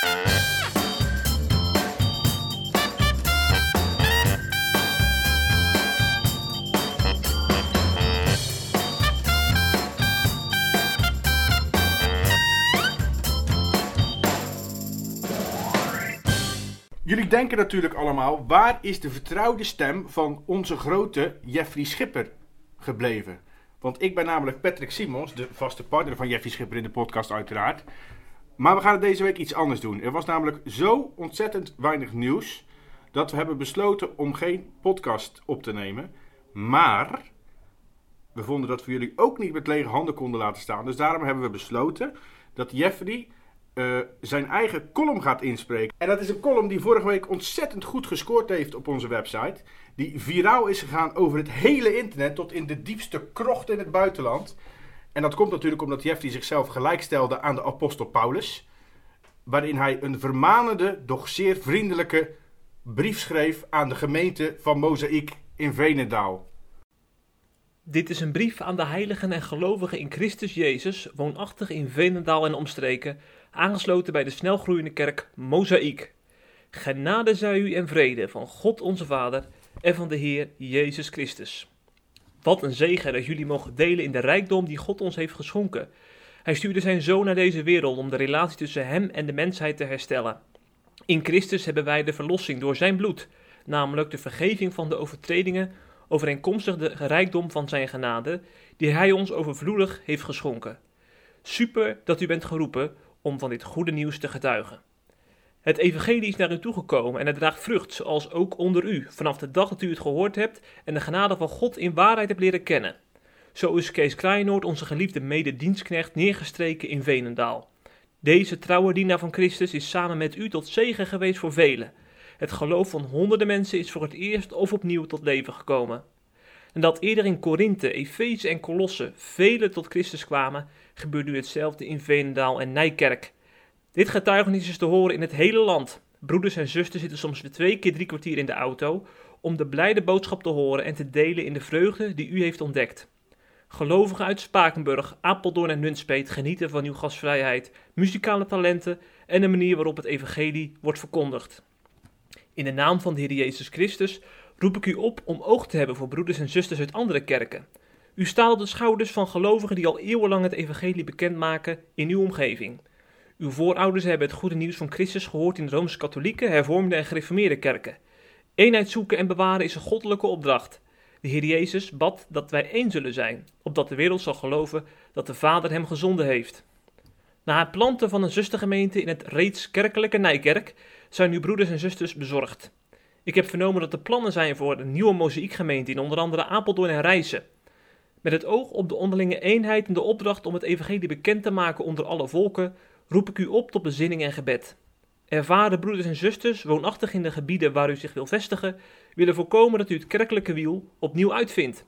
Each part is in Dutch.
Jullie denken natuurlijk allemaal, waar is de vertrouwde stem van onze grote Jeffrey Schipper gebleven? Want ik ben namelijk Patrick Simons, de vaste partner van Jeffrey Schipper in de podcast uiteraard. Maar we gaan het deze week iets anders doen. Er was namelijk zo ontzettend weinig nieuws dat we hebben besloten om geen podcast op te nemen. Maar we vonden dat we jullie ook niet met lege handen konden laten staan. Dus daarom hebben we besloten dat Jeffrey zijn eigen column gaat inspreken. En dat is een column die vorige week ontzettend goed gescoord heeft op onze website. Die viraal is gegaan over het hele internet tot in de diepste krocht in het buitenland. En dat komt natuurlijk omdat Jeffrey zichzelf gelijkstelde aan de apostel Paulus. Waarin hij een vermanende, doch zeer vriendelijke brief schreef aan de gemeente van Mozaïek in Veenendaal. Dit is een brief aan de heiligen en gelovigen in Christus Jezus, woonachtig in Veenendaal en omstreken, aangesloten bij de snelgroeiende kerk Mozaïek. Genade zij u en vrede van God onze Vader en van de Heer Jezus Christus. Wat een zegen dat jullie mogen delen in de rijkdom die God ons heeft geschonken. Hij stuurde zijn Zoon naar deze wereld om de relatie tussen hem en de mensheid te herstellen. In Christus hebben wij de verlossing door zijn bloed, namelijk de vergeving van de overtredingen overeenkomstig de rijkdom van zijn genade, die hij ons overvloedig heeft geschonken. Super dat u bent geroepen om van dit goede nieuws te getuigen. Het evangelie is naar u toegekomen en het draagt vrucht, zoals ook onder u, vanaf de dag dat u het gehoord hebt en de genade van God in waarheid hebt leren kennen. Zo is Kees Kleinoord, onze geliefde mededienstknecht, neergestreken in Veenendaal. Deze trouwe dienaar van Christus is samen met u tot zegen geweest voor velen. Het geloof van honderden mensen is voor het eerst of opnieuw tot leven gekomen. En dat eerder in Korinthe, Efeze en Kolosse velen tot Christus kwamen, gebeurt nu hetzelfde in Veenendaal en Nijkerk. Dit getuigenis is te horen in het hele land. Broeders en zusters zitten soms 2 keer 3 kwartier in de auto om de blijde boodschap te horen en te delen in de vreugde die u heeft ontdekt. Gelovigen uit Spakenburg, Apeldoorn en Nunspeet genieten van uw gastvrijheid, muzikale talenten en de manier waarop het evangelie wordt verkondigd. In de naam van de Heer Jezus Christus roep ik u op om oog te hebben voor broeders en zusters uit andere kerken. U staat op de schouders van gelovigen die al eeuwenlang het evangelie bekendmaken in uw omgeving. Uw voorouders hebben het goede nieuws van Christus gehoord in de Rooms-Katholieke, Hervormde en Gereformeerde kerken. Eenheid zoeken en bewaren is een goddelijke opdracht. De Heer Jezus bad dat wij één zullen zijn, opdat de wereld zal geloven dat de Vader hem gezonden heeft. Na het planten van een zustergemeente in het reeds kerkelijke Nijkerk zijn uw broeders en zusters bezorgd. Ik heb vernomen dat er plannen zijn voor een nieuwe mozaïekgemeente in onder andere Apeldoorn en Rijssen. Met het oog op de onderlinge eenheid en de opdracht om het evangelie bekend te maken onder alle volken, roep ik u op tot bezinning en gebed. Ervaren broeders en zusters, woonachtig in de gebieden waar u zich wil vestigen, willen voorkomen dat u het kerkelijke wiel opnieuw uitvindt.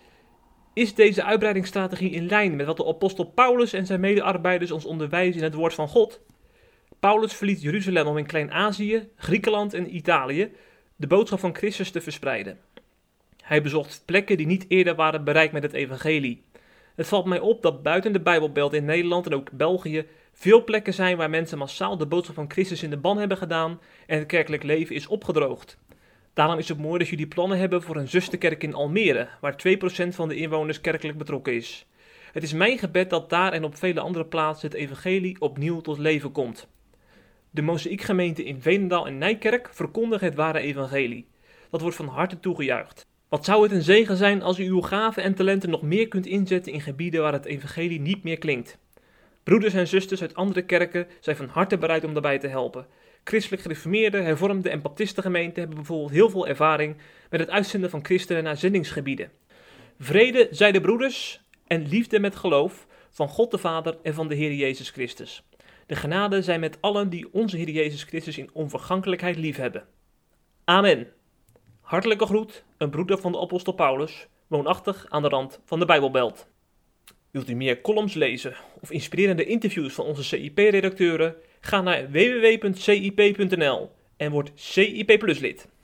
Is deze uitbreidingsstrategie in lijn met wat de apostel Paulus en zijn medearbeiders ons onderwijzen in het woord van God? Paulus verliet Jeruzalem om in Klein-Azië, Griekenland en Italië de boodschap van Christus te verspreiden. Hij bezocht plekken die niet eerder waren bereikt met het evangelie. Het valt mij op dat buiten de Bijbelbelt in Nederland en ook België veel plekken zijn waar mensen massaal de boodschap van Christus in de ban hebben gedaan en het kerkelijk leven is opgedroogd. Daarom is het mooi dat jullie plannen hebben voor een zusterkerk in Almere, waar 2% van de inwoners kerkelijk betrokken is. Het is mijn gebed dat daar en op vele andere plaatsen het evangelie opnieuw tot leven komt. De Mozaïekgemeente in Veenendaal en Nijkerk verkondigen het ware evangelie. Dat wordt van harte toegejuicht. Wat zou het een zegen zijn als u uw gaven en talenten nog meer kunt inzetten in gebieden waar het evangelie niet meer klinkt. Broeders en zusters uit andere kerken zijn van harte bereid om daarbij te helpen. Christelijk gereformeerde, hervormde en baptistengemeenten hebben bijvoorbeeld heel veel ervaring met het uitzenden van christenen naar zendingsgebieden. Vrede zij de broeders en liefde met geloof van God de Vader en van de Heer Jezus Christus. De genade zij met allen die onze Heer Jezus Christus in onvergankelijkheid liefhebben. Amen. Hartelijke groet, een broeder van de apostel Paulus, woonachtig aan de rand van de Bijbelbelt. Wilt u meer columns lezen of inspirerende interviews van onze CIP-redacteuren? Ga naar www.cip.nl en word CIP Plus lid.